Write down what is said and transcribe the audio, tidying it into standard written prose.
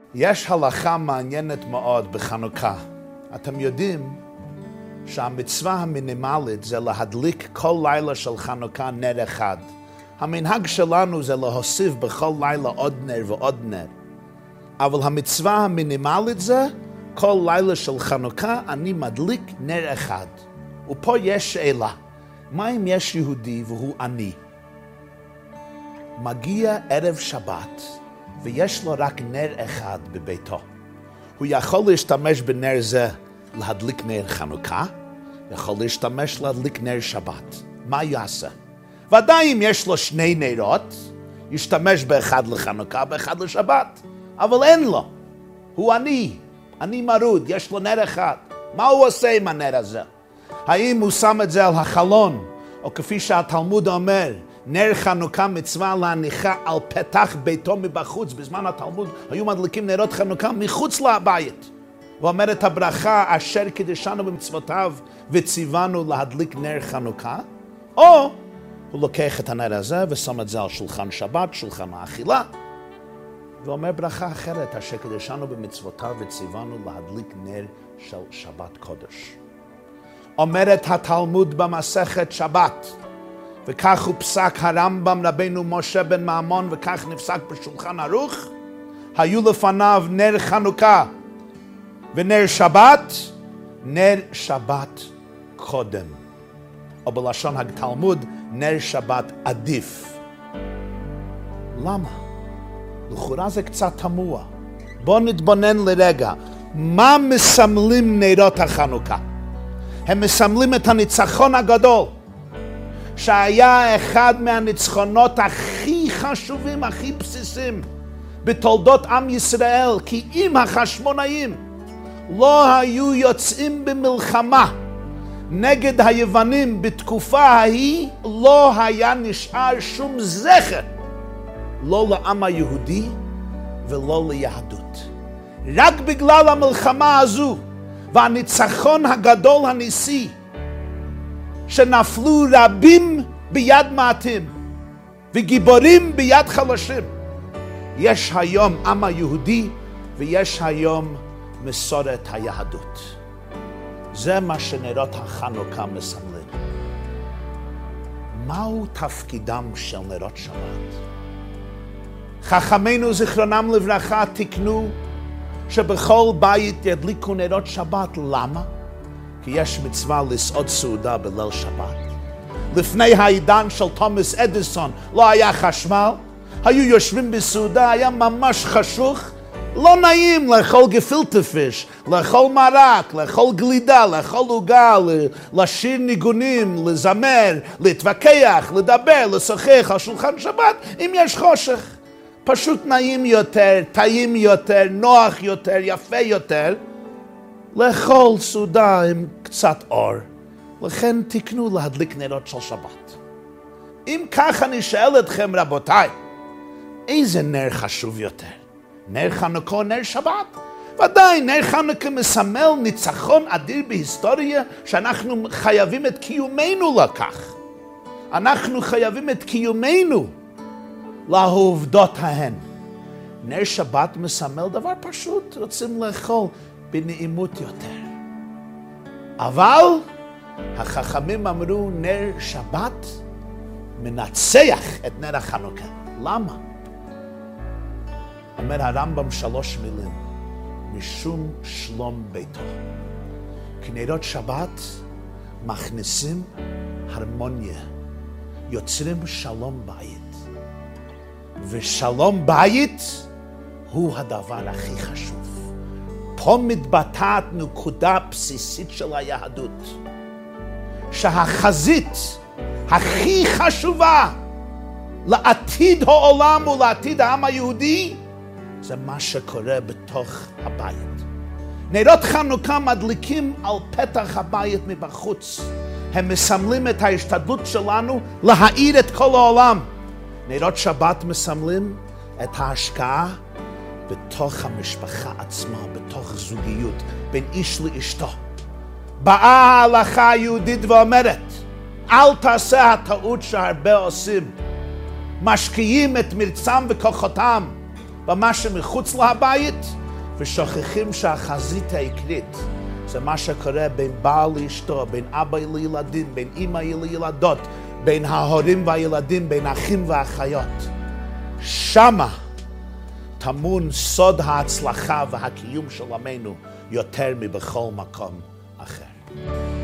יש הלכה מעניינת מאוד בחנוכה. אתם יודעים שהמצווה המינימלית זה להדליק כל לילה של חנוכה נר אחד. המנהג שלנו זה להוסיף בכל לילה עוד נר ועוד נר. אבל המצווה המינימלית זה כל לילה של חנוכה אני מדליק נר אחד. ופה יש שאלה, מה אם יש יהודי והוא עני? מגיע ערב שבת ויש לו רק נר אחד בביתו. הוא יכול להשתמש בנר זה להדליק נר חנוכה, יכול להשתמש להדליק נר שבת. מה יעשה? ודאי אם יש לו שני נרות, ישתמש באחד לחנוכה, באחד לשבת. אבל אין לו. הוא עני מרוד, יש לו נר אחד. מה הוא עושה עם הנר הזה? האם הוא שם את זה על החלון, או כפי שהתלמוד אומר, נר חנוכה מצווה להניחה על פתח ביתו מבחוץ. בזמן התלמוד היו מדליקים נרות חנוכה מחוץ לבית. ואומרת הברכה, אשר קידשנו במצוותיו וציוונו להדליק נר חנוכה. או הוא לוקח את הנר הזה ושם את זה על שולחן שבת, שולחן האכילה, ואומר ברכה אחרת, אשר קידשנו במצוותיו וציוונו להדליק נר של שבת קודש. אומרת התלמוד במסכת שבת, וכך הוא פסק הרמב"ם רבנו משה בן מאמון, וכך נפסק בשולחן ערוך, היו לפניו נר חנוכה ונר שבת, נר שבת קודם. או בלשון התלמוד, נר שבת עדיף. למה? לכאורה זה קצת תמוה. בואו נתבונן לרגע. מה מסמלים נרות החנוכה? הם מסמלים את הניצחון הגדול, שהיה אחד מהניצחונות הכי חשובים, הכי בסיסיים בתולדות עם ישראל. כי אם החשמונאים לא היו יוצאים במלחמה נגד היוונים בתקופה ההיא, לא היה נשאר שום זכר, לא לעם היהודי ולא ליהדות. רק בגלל המלחמה הזו והניצחון הגדול הניסי, שנפלו רבים ביד מעטים וגיבורים ביד חלשים, יש היום עם היהודי ויש היום מסורת היהדות. זה מה שנרות החנוכה מסמלים. מהו תפקידם של נרות שבת? חכמינו זיכרונם לברכה תיקנו שבכל בית ידליקו נרות שבת. למה? כי יש מצווה לסעוד סעודה בליל שבת. לפני העידן של תומאס אדיסון לא היה חשמל, היו יושבים בסעודה, היה ממש חשוך, לא נעים לאכול גפילטה פיש, לאכול מרק, לאכול גלידה, לאכול עוגה, לשיר ניגונים, לזמר, להתווכח, לדבר, לשוחח על שולחן שבת אם יש חושך. פשוט נעים יותר, טעים יותר, נוח יותר, יפה יותר, לאכול סעודה עם קצת אור. לכן תקנו להדליק נרות של שבת. אם כך אני שואל אתכם רבותיי, איזה נר חשוב יותר? נר חנוכה או נר שבת? ודאי, נר חנוכה מסמל ניצחון אדיר בהיסטוריה שאנחנו חייבים את קיומנו לכך. אנחנו חייבים את קיומנו לעובדות ההן. נר שבת מסמל דבר פשוט, רוצים לאכול בנעימות יותר. אבל החכמים אמרו נר שבת מנצח את נר החנוכה. למה? אומר הרמב"ם 3 מילים, משום שלום ביתו. כי נרות שבת מכניסים הרמוניה, יוצרים שלום בית. ושלום בית הוא הדבר הכי חשוב. פה מתבטאת נקודה בסיסית של היהדות, שהחזית הכי חשובה לעתיד העולם ולעתיד העם היהודי זה מה שקורה בתוך הבית. נרות חנוכה מדליקים על פתח הבית מבחוץ. הם מסמלים את ההשתדלות שלנו להאיר את כל העולם. נרות שבת מסמלים את ההשקעה בתוך המשפחה עצמה, בתוך זוגיות, בין איש לאשתו. באה ההלכה היהודית ואומרת, אל תעשה הטעות שהרבה עושים. משקיעים את מרצם וכוחותם במה שמחוץ לבית, ושוכחים שהחזית העיקרית זה מה שקורה בין בעל לאשתו, בין אבא לילדים, בין אמא לילדות, בין ההורים והילדים, בין אחים ואחיות. שמה טמון סוד ההצלחה והקיום של עמנו יותר מבכל מקום אחר.